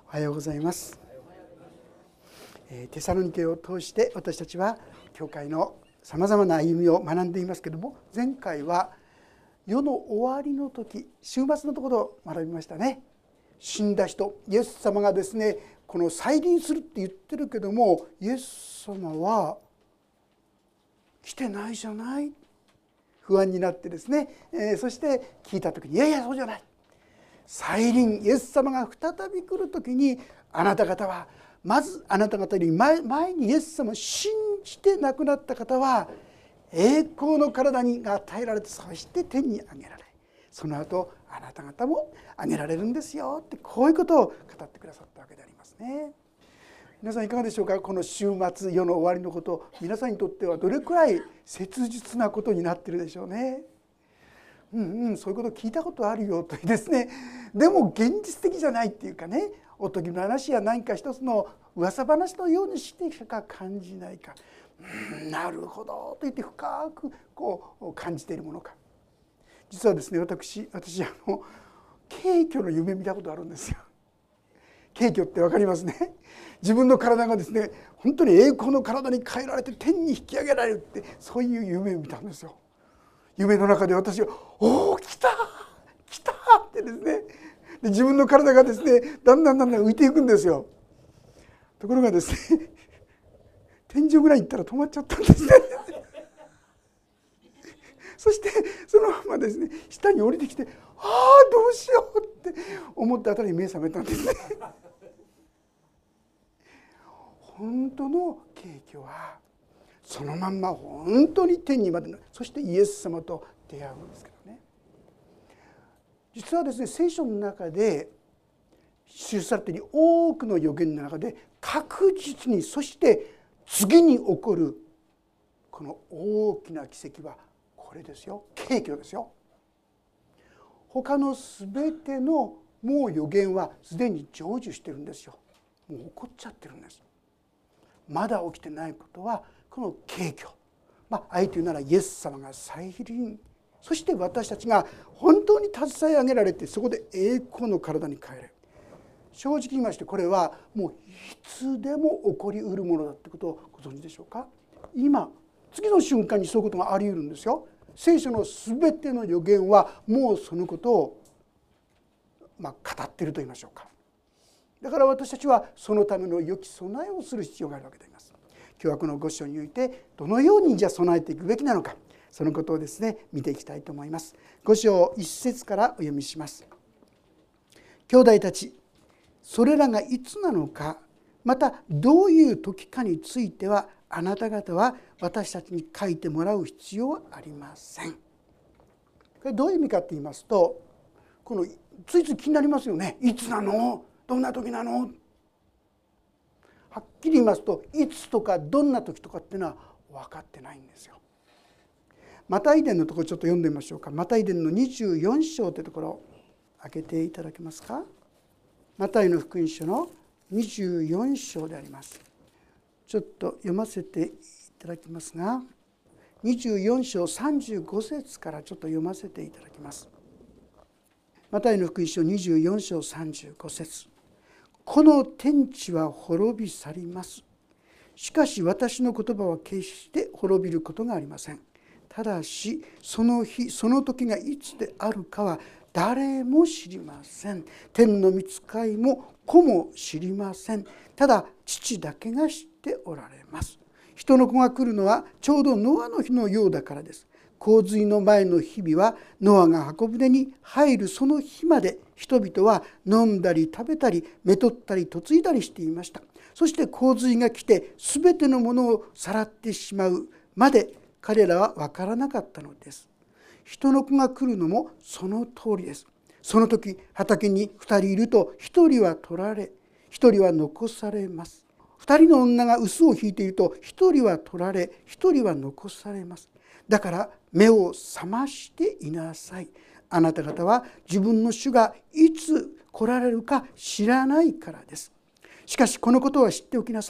おはようございます。テサロニケを通して私たちは教会のさまざまな歩みを学んでいますけれども、前回は世の終わりの時、終末のところを学びましたね。死んだ人、イエス様がですね、この再臨するって言ってるけども、イエス様は来てないじゃない、不安になってですね、そして聞いた時に、いやいやそうじゃない、再臨、イエス様が再び来る時に、あなた方はまずあなた方より前にイエス様を信じて亡くなった方は栄光の体が与えられて、そして天に上げられ、その後あなた方も上げられるんですよって、こういうことを語ってくださったわけでありますね。皆さんいかがでしょうか。この週末、世の終わりのこと、皆さんにとってはどれくらい切実なことになっているでしょうね。そういうこと聞いたことあるよというですね、でも現実的じゃないっていうかね、おとぎの話や何か一つの噂話のようにしてしか感じないか、なるほどと言って深くこう感じているものか。実はですね、私軽挙の夢見たことあるんですよ。軽挙って分かりますね。自分の体がですね、本当に栄光の体に変えられて天に引き上げられるって、そういう夢を見たんですよ。夢の中で私は「おお、来た来た!」ってですね、で自分の体がですね、だんだん浮いていくんですよ。ところがですね、天井ぐらい行ったら止まっちゃったんですね。そしてそのままですね、下に降りてきて、ああどうしようって思ったあたりに目覚めたんですね。本当の景況はそのまんま本当に天にまでの、そしてイエス様と出会うんですけどね。実はですね、聖書の中で記されている多くの預言の中で確実に、そして次に起こるこの大きな奇跡はこれですよ。景況ですよ。他の全てのもう預言はすでに成就してるんですよ。もう起こっちゃってるんです。まだ起きてないことはこの景況、あえて言うならイエス様が再臨、そして私たちが本当に携え上げられて、そこで栄光の体に変えられる。正直言いまして、これはもういつでも起こりうるものだってことをご存知でしょうか。今次の瞬間にそういうことがあり得るんですよ。聖書のすべての預言はもうそのことを語っていると言いましょうか。だから私たちはそのための良き備えをする必要があるわけであります。今日はこの5章においてどのようにじゃあ備えていくべきなのか、そのことをですね見ていきたいと思います。5章1節からお読みします。兄弟たち、それらがいつなのか、またどういう時かについてはあなた方は私たちに書いてもらう必要はありません。これどういう意味かと言いますと、このついつい気になりますよね。いつなの？どんな時なの？はっきり言いますと、いつとかどんな時とかっていうのは分かってないんですよ。マタイ伝のところちょっと読んでみましょうか。マタイ伝の24章というところを開けていただけますか。マタイの福音書の24章であります。ちょっと読ませていただきますが、24章35節からちょっと読ませていただきます。マタイの福音書24章35節。この天地は滅び去ります。しかし私の言葉は決して滅びることがありません。ただしその日その時がいつであるかは誰も知りません。天の御使いも子も知りません。ただ父だけが知っておられます。人の子が来るのはちょうどノアの日のようだからです。洪水の前の日々はノアが箱舟に入るその日まで人々は飲んだり食べたりめとったり嫁いだりしていました。そして洪水が来てすべてのものをさらってしまうまで彼らは分からなかったのです。人の子が来るのもその通りです。その時畑に2人いると1人は取られ1人は残されます。2人の女が臼を引いていると1人は取られ1人は残されます。だから目を覚ましていなさい。あなた方は自分の主がいつ来られるか知らないからです。しかしこのことは知っておきなさい。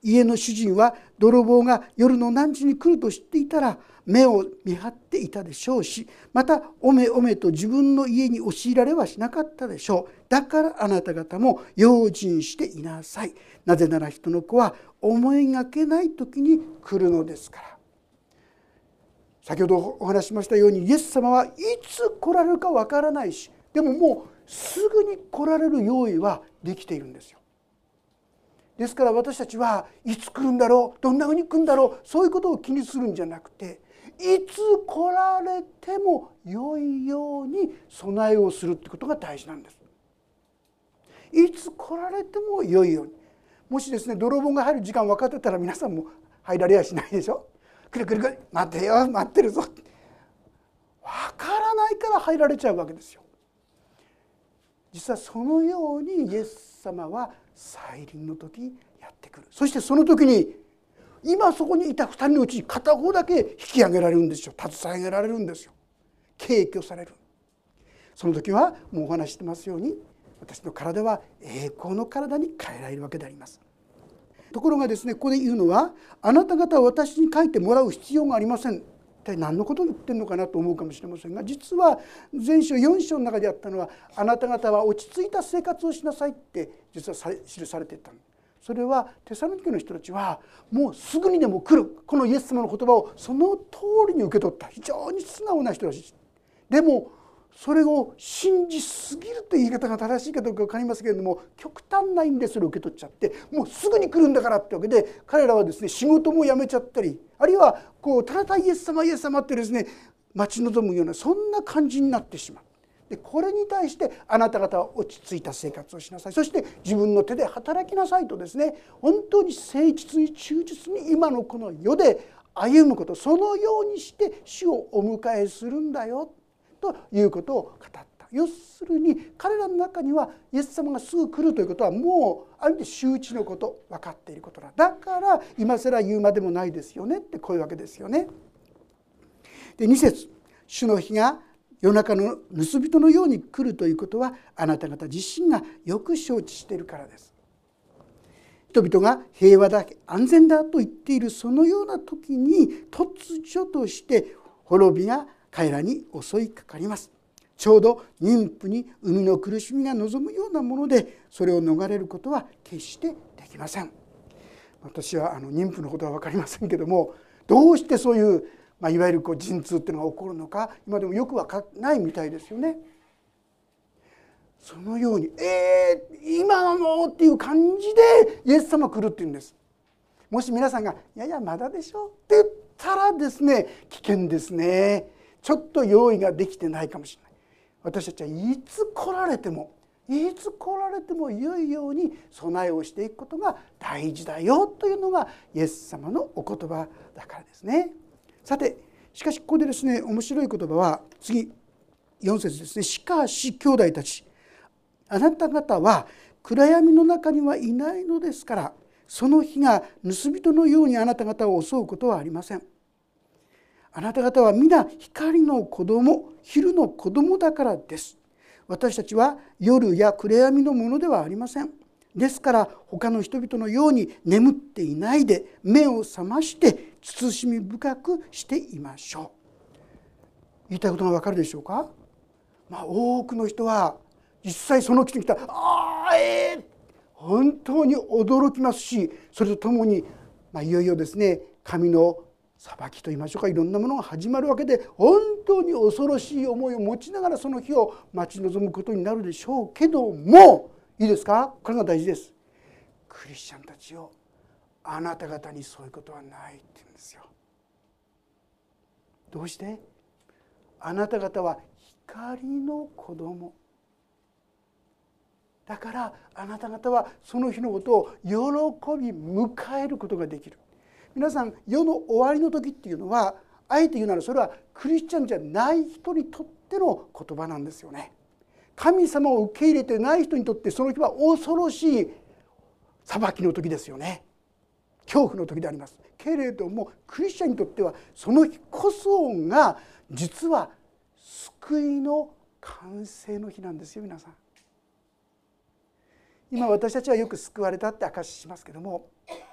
家の主人は泥棒が夜の何時に来ると知っていたら目を見張っていたでしょうし、またおめおめと自分の家に押し入られはしなかったでしょう。だからあなた方も用心していなさい。なぜなら人の子は思いがけない時に来るのですから。先ほどお話ししましたように、イエス様はいつ来られるかわからないし、でももうすぐに来られる用意はできているんですよ。ですから私たちはいつ来るんだろう、どんなふうに来るんだろう、そういうことを気にするんじゃなくて、いつ来られても良いように備えをするってことが大事なんです。いつ来られても良いように。もしですね、泥棒が入る時間分かってたら皆さんも入られやしないでしょ。くるくるくる、待てよ、待ってるぞ、分からないから入られちゃうわけですよ。実はそのようにイエス様は再臨の時やってくる。そしてその時に今そこにいた2人のうち片方だけ引き上げられるんですよ。携えられるんですよ。敬居される。その時はもうお話してますように、私の体は栄光の体に変えられるわけであります。ところがですね、ここで言うのは、あなた方は私に書いてもらう必要がありません。一体何のことを言ってるのかなと思うかもしれませんが、実は前書4章の中であったのは、あなた方は落ち着いた生活をしなさいって実は記されていた。それはテサロニケの人たちはもうすぐにでも来る、このイエス様の言葉をその通りに受け取った、非常に素直な人たちでも、それを信じすぎるという言い方が正しいかどうか分かりますけれども、極端な意味でそれを受け取っちゃって、もうすぐに来るんだからってわけで、彼らはですね、仕事も辞めちゃったり、あるいはただただイエス様イエス様ってですね、待ち望むようなそんな感じになってしまう。でこれに対してあなた方は落ち着いた生活をしなさい、そして自分の手で働きなさいとですね、本当に誠実に忠実に今のこの世で歩むこと、そのようにして主をお迎えするんだよということを語った。要するに彼らの中にはイエス様がすぐ来るということはもうある意味周知のこと、分かっていることだ。だから今更言うまでもないですよねってこういうわけですよね。で2節、主の日が夜中の盗人のように来るということはあなた方自身がよく承知しているからです。人々が平和だ、安全だと言っているそのような時に突如として滅びが彼らに襲いかかります。ちょうど妊婦に生みの苦しみが望むようなもので、それを逃れることは決してできません。私は妊婦のことは分かりませんけども、どうしてそういう、いわゆる陣痛っていうのが起こるのか今でもよく分からないみたいですよね。そのように今のっていう感じでイエス様来るっていうんです。もし皆さんがいやいやまだでしょって言ったらですね、危険ですね。ちょっと用意ができてないかもしれない。私たちはいつ来られても良いように備えをしていくことが大事だよというのがイエス様のお言葉だからですね。さてしかしここでですね、面白い言葉は次4節ですね。しかし兄弟たち、あなた方は暗闇の中にはいないのですから、その日が盗人のようにあなた方を襲うことはありません。あなた方は皆光の子供、昼の子供だからです。私たちは夜や暗闇のものではありません。ですから他の人々のように眠っていないで、目を覚まして慎み深くしていましょう。言いたいことがわかるでしょうか。多くの人は実際その季に来たら本当に驚きますし、それとともに、いよいよですね、神の裁きといいましょうか、いろんなものが始まるわけで、本当に恐ろしい思いを持ちながらその日を待ち望むことになるでしょうけども、いいですか、これが大事です。クリスチャンたちよ、あなた方にそういうことはないって言うんですよ。どうして？あなた方は光の子供だから、あなた方はその日のことを喜び迎えることができる。皆さん、世の終わりの時っていうのは、あえて言うならそれはクリスチャンじゃない人にとっての言葉なんですよね。神様を受け入れてない人にとってその日は恐ろしい裁きの時ですよね。恐怖の時であります。けれどもクリスチャンにとってはその日こそが実は救いの完成の日なんですよ。皆さん、今私たちはよく救われたって証ししますけども、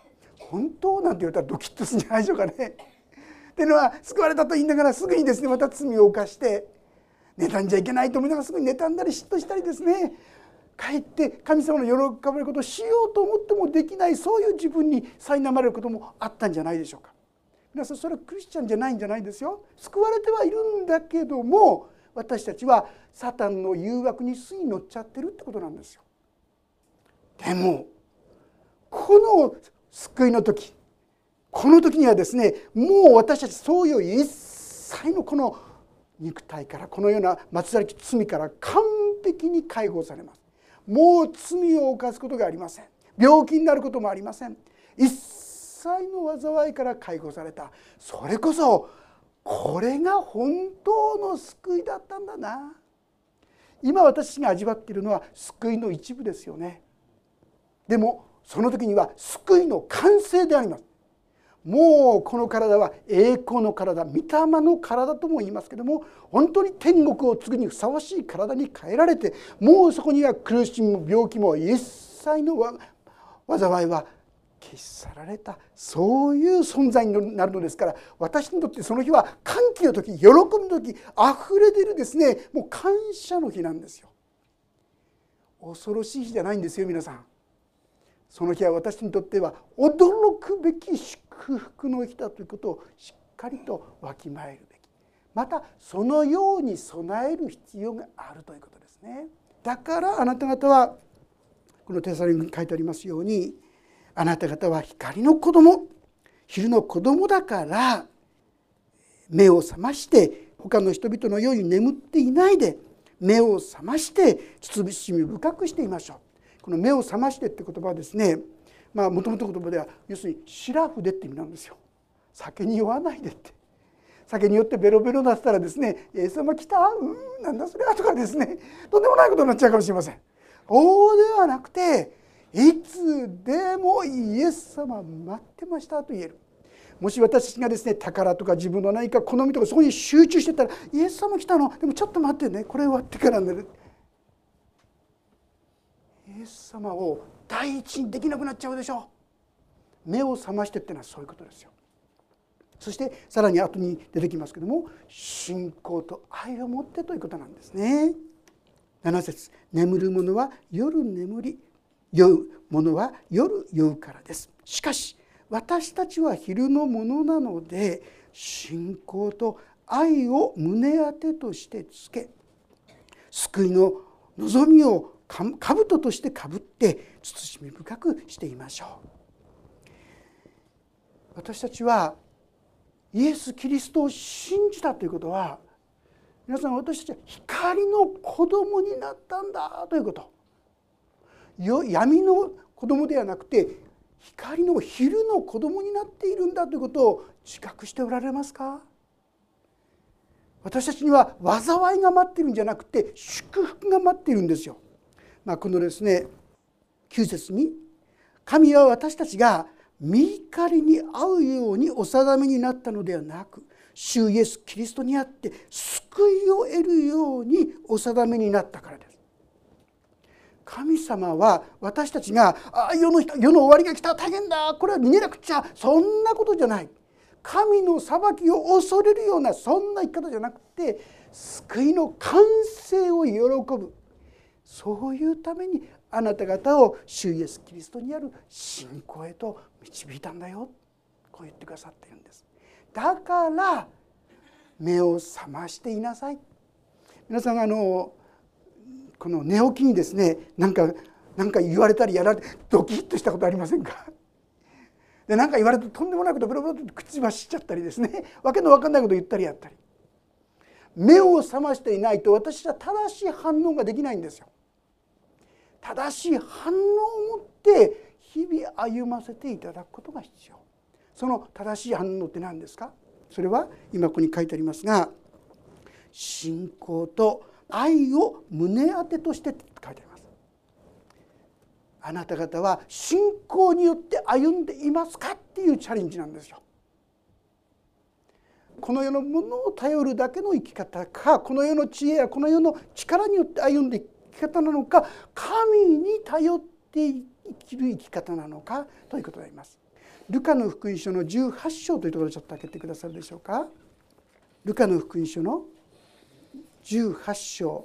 本当なんて言われたらドキッとするんじゃないでしょうかね。っていうのは、救われたと言いながらすぐにですねまた罪を犯して妬んじゃいけないと思いながらすぐに妬んだり嫉妬したりですね、かえって神様の喜ばれることをしようと思ってもできない、そういう自分に苛まれることもあったんじゃないでしょうか。皆さん、それはクリスチャンじゃないんじゃないですよ。救われてはいるんだけども、私たちはサタンの誘惑につい乗っちゃってるってことなんですよ。でもこの救いの時、この時にはですね、もう私たちそういう一切のこの肉体から、このような末ざりき罪から完璧に解放されます。もう罪を犯すことがありません。病気になることもありません。一切の災いから解放された。それこそこれが本当の救いだったんだな。今私が味わっているのは救いの一部ですよね。でもその時には救いの完成であります。もうこの体は栄光の体、御霊の体とも言いますけども、本当に天国を継ぐにふさわしい体に変えられて、もうそこには苦しみも病気も一切の災いは消し去られた、そういう存在になるのですから、私にとってその日は歓喜の時、喜びの時、あふれ出るですね、もう感謝の日なんですよ。恐ろしい日じゃないんですよ皆さん。その日は私にとっては驚くべき祝福の日だということをしっかりとわきまえるべき、またそのように備える必要があるということですね。だからあなた方は、このテサロニケに書いてありますように、あなた方は光の子供、昼の子供だから目を覚まして、他の人々のように眠っていないで目を覚まして慎み深くしていましょう。この目を覚ましてって言葉はですね、もともと言葉では要するにシラフでって意味なんですよ。酒に酔わないでって。酒に酔ってベロベロになったらですね、イエス様来た、なんだそれはとかですね、とんでもないことになっちゃうかもしれません。そうではなくて、いつでもイエス様待ってましたと言える。もし私たちがですね、宝とか自分の何か好みとかそこに集中してたら、イエス様来たの、でもちょっと待ってね、これ終わってから寝る。イエス様を第一にできなくなっちゃうでしょう。目を覚ましてってのはそういうことですよ。そしてさらに後に出てきますけども、信仰と愛を持ってということなんですね。7節、眠る者は夜眠り、酔う者は夜酔うからです。しかし私たちは昼のものなので、信仰と愛を胸当てとしてつけ、救いの望みを兜としてかぶって慎み深くしていましょう。私たちはイエス・キリストを信じたということは、皆さん、私たちは光の子供になったんだということ。闇の子供ではなくて光の昼の子供になっているんだということを自覚しておられますか？私たちには災いが待っているんじゃなくて祝福が待っているんですよ。このですね、9節に、神は私たちが御怒りに遭うようにお定めになったのではなく、主イエス・キリストにあって救いを得るようにお定めになったからです。神様は私たちが世の終わりが来た、大変だ、これは逃げなくちゃ、そんなことじゃない。神の裁きを恐れるようなそんな生き方じゃなくて、救いの完成を喜ぶ、そういうためにあなた方を主イエス・キリストにある信仰へと導いたんだよ、こう言ってくださっているんです。だから目を覚ましていなさい。皆さんこの寝起きにですね、なんか言われたりやられてドキッとしたことありませんか？で、なんか言われてとんでもないことブロブロと口走っちゃったりですね、わけのわかんないこと言ったりやったり。目を覚ましていないと私は正しい反応ができないんですよ。正しい反応を持って日々歩ませていただくことが必要。その正しい反応って何ですか？それは今ここに書いてありますが、信仰と愛を胸当てとしてって書いてあります。あなた方は信仰によって歩んでいますかっていうチャレンジなんですよ。この世のものを頼るだけの生き方か、この世の知恵やこの世の力によって歩んでいく生き方なのか、神に頼って生きる生き方なのかということであります。 ルカの福音書の18章というところをちょっと開けてくださるでしょうか。ルカの福音書の18章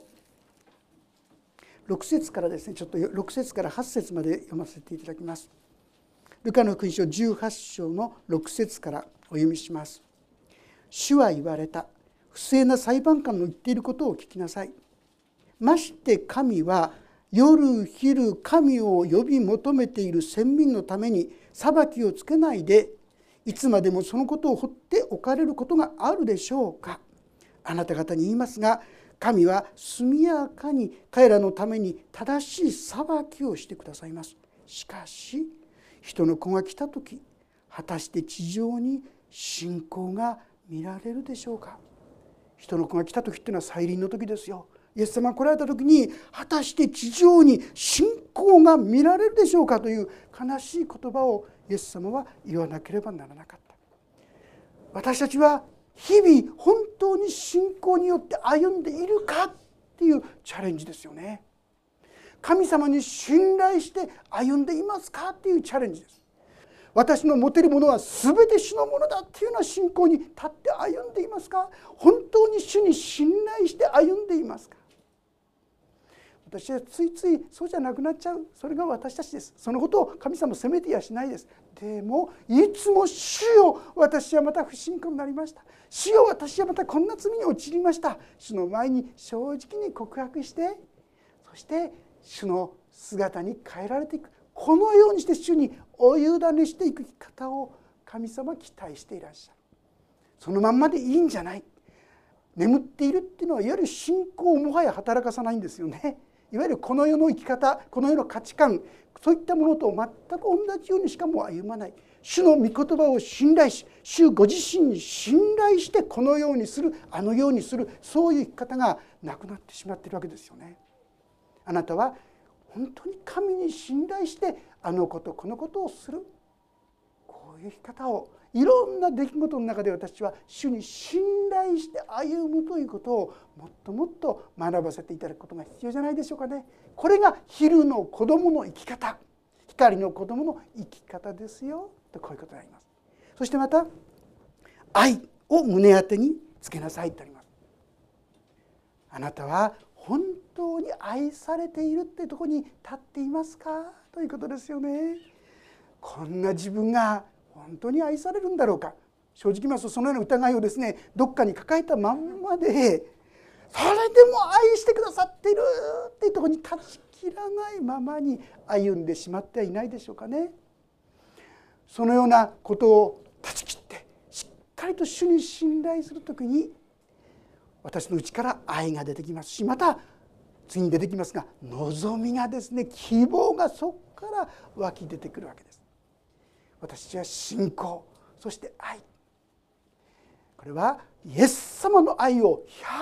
6節からですね、ちょっと6節から8節まで読ませていただきます。ルカの福音書18章の6節からお読みします。主は言われた。不正な裁判官の言っていることを聞きなさい。まして神は夜昼神を呼び求めている先民のために裁きをつけないで、いつまでもそのことを放っておかれることがあるでしょうか。あなた方に言いますが、神は速やかに彼らのために正しい裁きをしてくださいます。しかし人の子が来た時、果たして地上に信仰が見られるでしょうか。人の子が来た時っていうのは再臨の時ですよ。イエス様が来られた時に、果たして地上に信仰が見られるでしょうかという悲しい言葉をイエス様は言わなければならなかった。私たちは日々本当に信仰によって歩んでいるかっていうチャレンジですよね。神様に信頼して歩んでいますかっていうチャレンジです。私の持てるものは全て主のものだっていうような信仰に立って歩んでいますか。本当に主に信頼して歩んでいますか。私はついついそうじゃなくなっちゃう。それが私たちです。そのことを神様を責めてやしないです。でもいつも主よ、私はまた不信仰になりました。主よ、私はまたこんな罪に陥りました。主の前に正直に告白して、そして主の姿に変えられていく。このようにして主にお委ねしていく生き方を神様は期待していらっしゃる。そのまんまでいいんじゃない。眠っているっていうのはいわゆる信仰をもはや働かさないんですよね。いわゆるこの世の生き方、この世の価値観、そういったものと全く同じようにしかもう歩まない。主の御言葉を信頼し、主ご自身に信頼してこのようにする、あのようにする、そういう生き方がなくなってしまっているわけですよね。あなたは本当に神に信頼してあのことこのことをする、こういう生き方をいろんな出来事の中で私は主に信頼して歩むということをもっともっと学ばせていただくことが必要じゃないでしょうかね。これが昼の子供の生き方、光の子供の生き方ですよと、こういうことになります。そしてまた愛を胸当てにつけなさいとあります。あなたは本当に愛されているっていうところに立っていますかということですよね。こんな自分が本当に愛されるんだろうか。正直言いますとそのような疑いをですね、どっかに抱えたまんまで、それでも愛してくださっているっていうところに立ちきらないままに歩んでしまってはいないでしょうかね。そのようなことを断ち切ってしっかりと主に信頼するときに、私の内から愛が出てきますし、また次に出てきますが、望みがですね、希望がそこから湧き出てくるわけです。私は信仰、そして愛、これはイエス様の愛を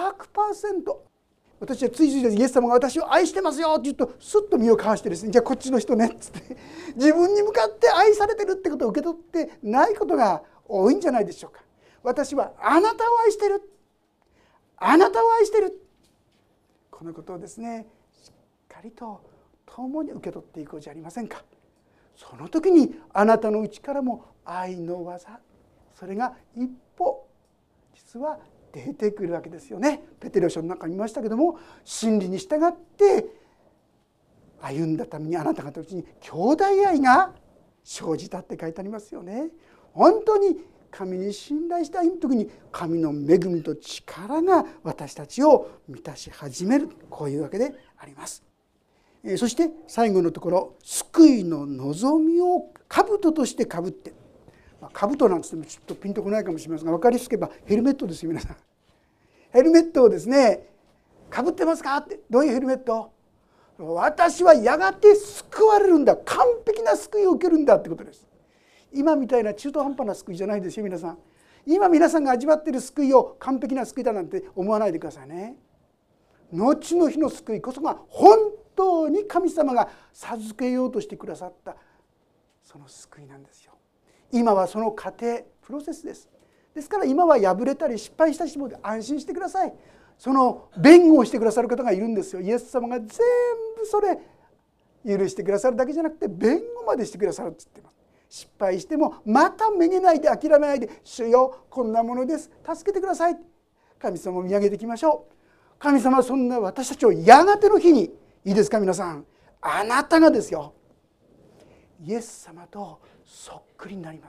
100%、 私はついついイエス様が私を愛してますよって言うとスッと身をかわしてですね、じゃあこっちの人ねっつって自分に向かって愛されてるってことを受け取ってないことが多いんじゃないでしょうか。私はあなたを愛してる、あなたを愛してる、このことをですね、しっかりと共に受け取っていこうじゃありませんか。その時にあなたの内からも愛の技、それが一歩実は出てくるわけですよね。ペテロ書の中に見ましたけども、真理に従って歩んだためにあなた方のうちに兄弟愛が生じたって書いてありますよね。本当に神に信頼して歩む時に神の恵みと力が私たちを満たし始める、こういうわけであります。そして最後のところ、救いの望みを兜としてかぶって、兜なんて言ってもちょっとピンとこないかもしれませんが、分かりやすく言えばヘルメットですよ。皆さんヘルメットをですねかぶってますかって。どういうヘルメット？私はやがて救われるんだ、完璧な救いを受けるんだってことです。今みたいな中途半端な救いじゃないですよ。皆さん、今皆さんが味わっている救いを完璧な救いだなんて思わないでくださいね。後の日の救いこそが本当に神様が授けようとしてくださったその救いなんですよ。今はその過程、プロセスです。ですから今は破れたり失敗したりも安心してください。その弁護をしてくださる方がいるんですよ。イエス様が全部それ許してくださるだけじゃなくて弁護までしてくださるって言ってます。 失敗してもまためげないで諦めないで、主よこんなものです、助けてください、神様を見上げていきましょう。神様はそんな私たちをやがての日に、いいですか皆さん、あなたがですよ、イエス様とそっくりになります。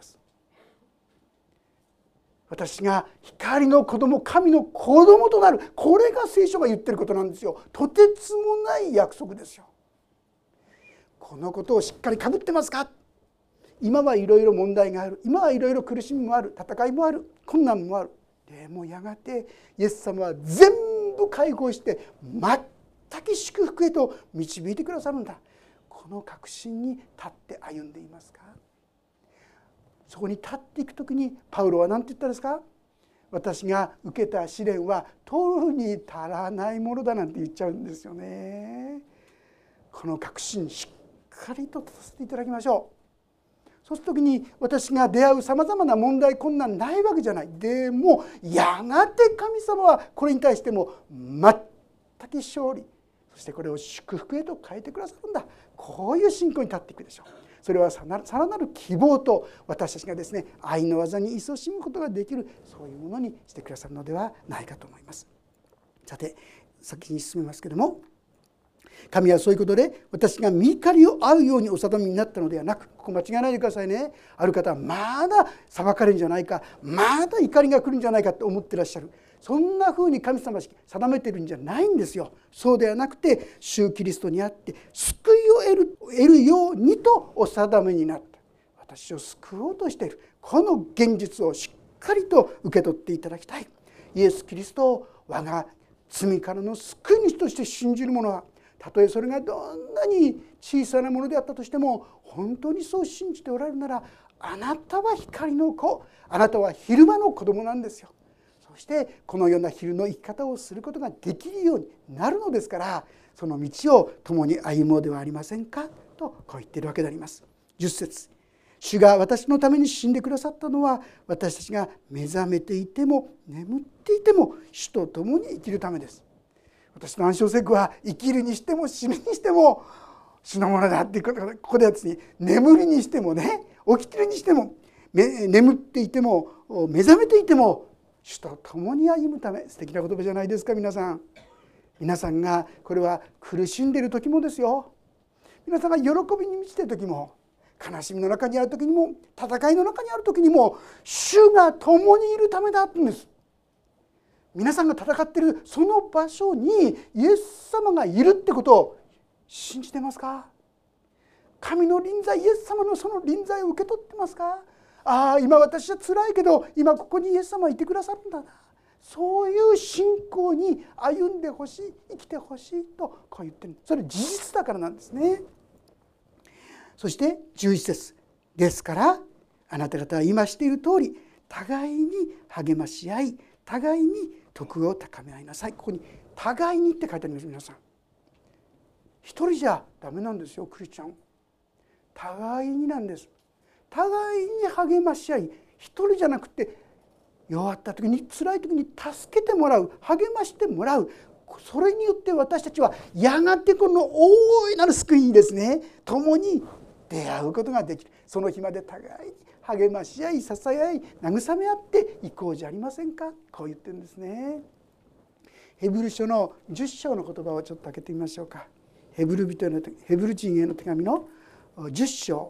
私が光の子供、神の子供となる、これが聖書が言ってることなんですよ。とてつもない約束ですよ。このことをしっかりかぶってますか。今はいろいろ問題がある、今はいろいろ苦しみもある、戦いもある、困難もある。でもやがてイエス様は全部解放して全く祝福へと導いてくださるんだ。この確信に立って歩んでいますか。そこに立っていくときにパウロは何て言ったんですか。私が受けた試練は取るに足らないものだなんて言っちゃうんですよね。この確信しっかりと立たせていただきましょう。そうするときに私が出会うさまざまな問題困難ないわけじゃない。でもやがて神様はこれに対しても全く勝利、そしてこれを祝福へと変えてくださるんだ。こういう信仰に立っていくでしょう。それはさらなる希望と私たちがですね、愛の技に勤しむことができる、そういうものにしてくださるのではないかと思います。さて先に進めますけれども、神はそういうことで私が御怒りを合うようにお定めになったのではなく、ここ間違えないでくださいね。ある方はまだ裁かれるんじゃないか、まだ怒りが来るんじゃないかと思ってらっしゃる。そんなふうに神様が定めてるんじゃないんですよ。そうではなくて、主キリストにあって救いを得るようにとお定めになった。私を救おうとしている、この現実をしっかりと受け取っていただきたい。イエス・キリストを我が罪からの救い主として信じる者は、たとえそれがどんなに小さなものであったとしても、本当にそう信じておられるなら、あなたは光の子、あなたは昼間の子供なんですよ。そしてこのような昼の生き方をすることができるようになるのですから、その道を共に歩もうではありませんかとこう言っているわけであります。10節、主が私のために死んでくださったのは、私たちが目覚めていても眠っていても主と共に生きるためです。私の暗唱聖句は、生きるにしても死ぬにしても主のものだっていうことが、ここではですね、眠りにしてもね、起きてるにしても、眠っていても目覚めていても主と共に歩むため。素敵な言葉じゃないですか皆さん。皆さんがこれは苦しんでいる時もですよ、皆さんが喜びに満ちている時も、悲しみの中にある時にも、戦いの中にある時にも、主が共にいるためだったんです。皆さんが戦っているその場所にイエス様がいるってことを信じてますか。神の臨在、イエス様のその臨在を受け取ってますか。ああ、今私は辛いけど今ここにイエス様はいてくださるんだな、そういう信仰に歩んでほしい、生きてほしいとこう言ってる。それ事実だからなんですね。そして11節、ですからあなた方は今している通り互いに励まし合い、互いに徳を高め合いなさい。ここに互いにって書いてあります。皆さん一人じゃダメなんですよ。クリスチャン互いになんです。互いに励まし合い、一人じゃなくて弱った時に、辛い時に助けてもらう、励ましてもらう。それによって私たちはやがてこの大いなる救いにですね、共に出会うことができる。その日まで互いに励まし合い、支え合い、慰め合っていこうじゃありませんか。こう言ってるんですね。ヘブル書の10章の言葉をちょっと開けてみましょうか。ヘブル人への手紙の10章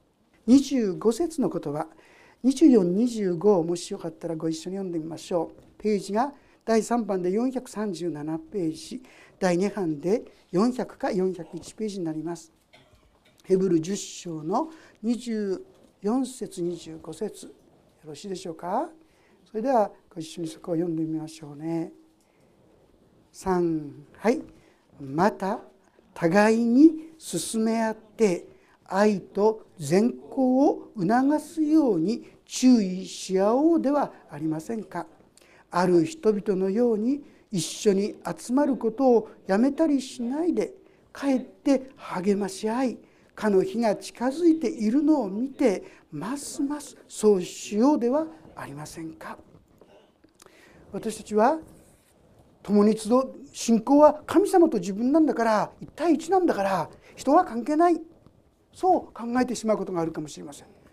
25節の言葉、24、25をもしよかったらご一緒に読んでみましょう。ページが第3版で437ページ、第2版で400か401ページになります。ヘブル10章の24節25節、よろしいでしょうか。それではご一緒にそこを読んでみましょうね。3、はい。また互いに進め合って愛と善行を促すように注意し合おうではありませんか。ある人々のように一緒に集まることをやめたりしないで、かえって励まし合い、かの日が近づいているのを見てますますそうしようではありませんか。私たちは共に集う信仰は神様と自分なんだから、一対一なんだから人は関係ない、そう考えてしまうことがあるかもしれません。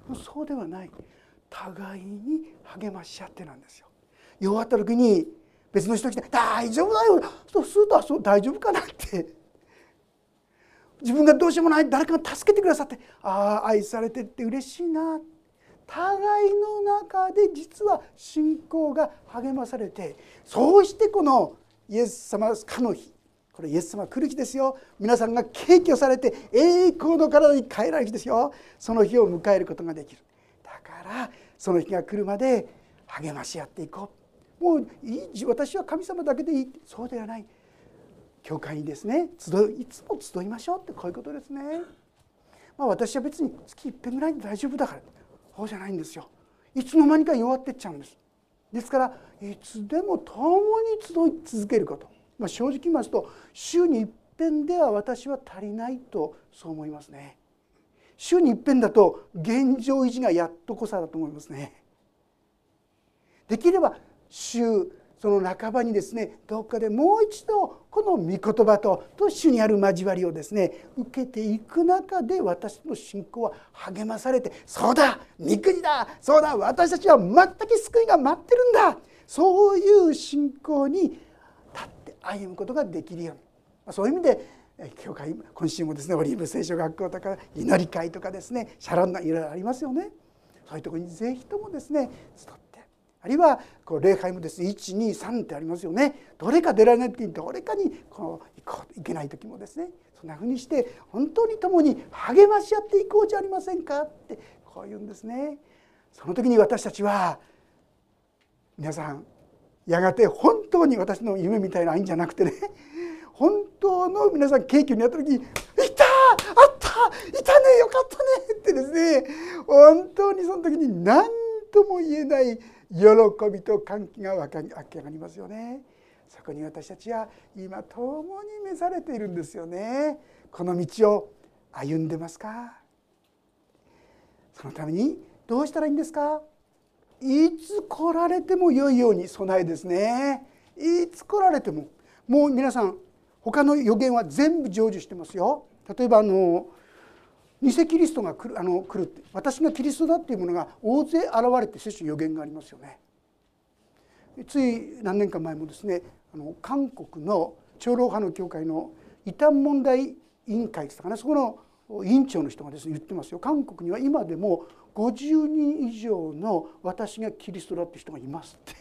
そうではない。互いに励まし合ってなんですよ。弱った時に別の人が来て「大丈夫だよ」そうすると「そう大丈夫かな」って自分がどうしようもない誰かが助けてくださってああ愛されてって嬉しいな。互いの中で実は信仰が励まされて、そうしてこのイエス様かの日、これイエス様来る日ですよ。皆さんが敬虚されて栄光の体に変えられる日ですよ。その日を迎えることができる。だからその日が来るまで励まし合っていこう。もういい、私は神様だけでいい、そうではない。教会にですねいつも集いましょうって、こういうことですね。私は別に月1遍ぐらいで大丈夫だから、そうじゃないんですよ。いつの間にか弱ってっちゃうんです。ですからいつでも共に集い続けること、正直言いますと週に一遍では私は足りないとそう思いますね。週に一遍だと現状維持がやっとこさだと思いますね。できれば週その半ばにですねどっかでもう一度この御言葉と主にある交わりをですね受けていく中で私の信仰は励まされて、そうだ御国だ、そうだ私たちは全く救いが待ってるんだ、そういう信仰に立って歩むことができるように、そういう意味で教会今週もですねオリーブ聖書学校とか祈り会とかですねシャロンがいろいろありますよね。そういうところにぜひともですね集って、あるいは礼拝もですね1、2、3ってありますよね。どれか出られない時にどれかに行けない時もですねそんなふうにして本当に共に励まし合っていこうじゃありませんかってこう言うんですね。その時に私たちは皆さんやがて本当に私の夢みたいな愛んじゃなくてね、本当の皆さん敬虚になった時に「いた！あった！いたね！よかったね!」ってですね、本当にその時に何とも言えない喜びと歓喜が湧き上がりますよね。そこに私たちは今共に召されているんですよね。この道を歩んでますか？そのためにどうしたらいいんですか？いつ来られても良いように備えですね。いつ来られても、もう皆さん他の予言は全部成就してますよ。例えば偽キリストが来るって、私がキリストだっていうものが大勢現れて聖書予言がありますよね。つい何年か前もですね韓国の長老派の教会の異端問題委員会ですかね、そこの委員長の人がですね言ってますよ。韓国には今でも50人以上の私がキリストだって人がいますって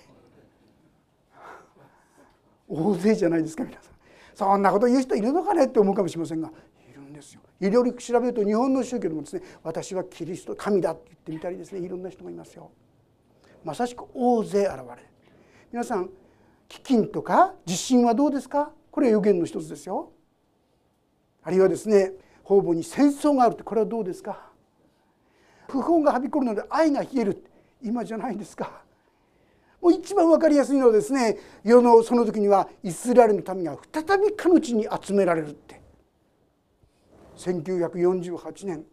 大勢じゃないですか皆さん。そんなこと言う人いるのかねって思うかもしれませんが、いるんですよ。いろいろ調べると日本の宗教でもですね私はキリスト神だって言ってみたりですね、いろんな人がいますよ。まさしく大勢現れる。皆さん飢饉とか地震はどうですか？これは予言の一つですよ。あるいはですね方々に戦争があるって、これはどうですか？不法がはびこるので愛が冷えるって、今じゃないですか。もう一番分かりやすいのはですねその時にはイスラエルの民が再びかの地に集められるって、1948年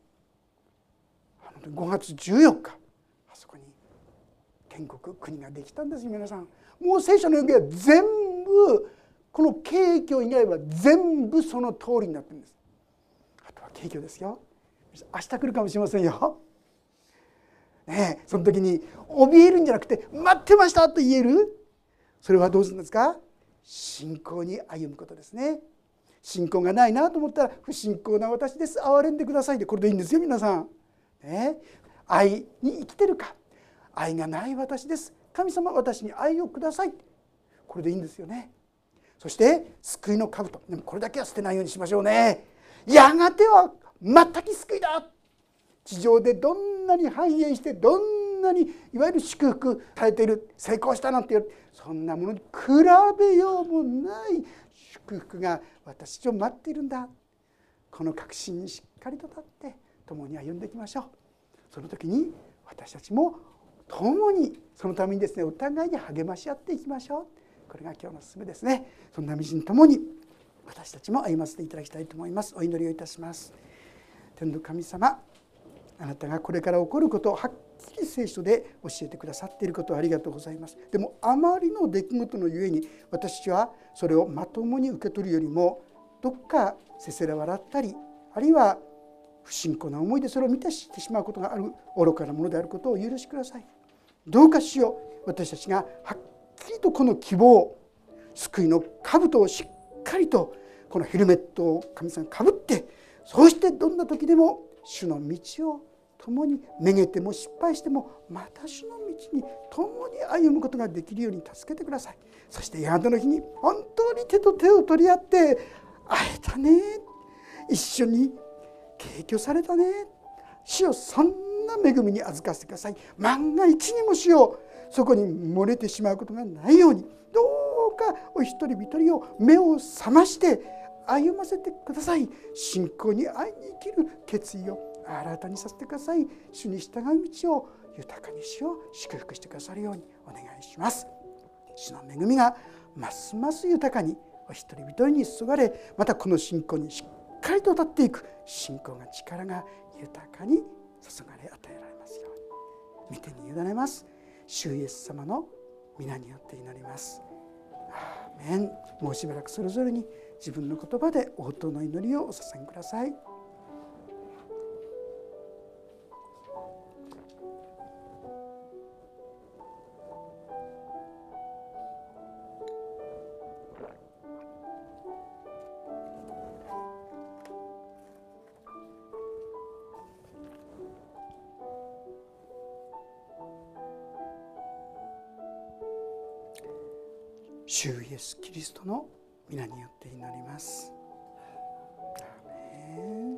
5月14日あそこに建国国ができたんですよ。皆さんもう聖書の予言は全部この景況以外は全部その通りになってるんです。あとは景況ですよ。明日来るかもしれませんよ。ねえ、その時に怯えるんじゃなくて待ってましたと言える。それはどうするんですか？信仰に歩むことですね。信仰がないなと思ったら不信仰な私です憐れんでくださいで、これでいいんですよ皆さん。ね、愛に生きてるか、愛がない私です神様私に愛をください、これでいいんですよね。そして救いの兜、でもこれだけは捨てないようにしましょうね。やがては全く救いだ。地上でどんなに繁栄してどんなにいわゆる祝福されている成功したなんていうそんなものに比べようもない祝福が私たちを待っているんだ。この確信にしっかりと立って共に歩んでいきましょう。その時に私たちも共にそのためにですねお互いに励まし合っていきましょう。これが今日の勧めですね。そんな道に共に私たちも歩ませていただきたいと思います。お祈りをいたします。天の神様、あなたがこれから起こることをはっきり聖書で教えてくださっていることをありがとうございます。でもあまりの出来事のゆえに私はそれをまともに受け取るよりもどっかせせら笑ったり、あるいは不信仰な思いでそれを満たしてしまうことがある愚かなものであることをお許しください。どうか主よ、私たちがはっきりとこの希望、救いの兜をしっかりとこのヘルメットを神様かぶって、そうしてどんな時でも主の道を共にめげても失敗してもまた主の道に共に歩むことができるように助けてください。そしてやがての日に本当に手と手を取り合って会えたね、一緒に敬居されたね、主よ、そんな恵みに預かせてください。万が一にも主よ、そこに漏れてしまうことがないように、どうかお一人一人を目を覚まして歩ませてください。信仰に会いに生きる決意を新たにさせてください。主に従う道を豊かにしよう、祝福してくださるようにお願いします。主の恵みがますます豊かにお一人一人に注がれ、またこの信仰にしっかりと立っていく信仰が力が豊かに注がれ与えられますように、御手に委ねます。主イエス様の皆によって祈ります。アーメン。もうしばらくそれぞれに自分の言葉で応答の祈りをお捧げください。主イエスキリストの皆によって祈ります。アーメン。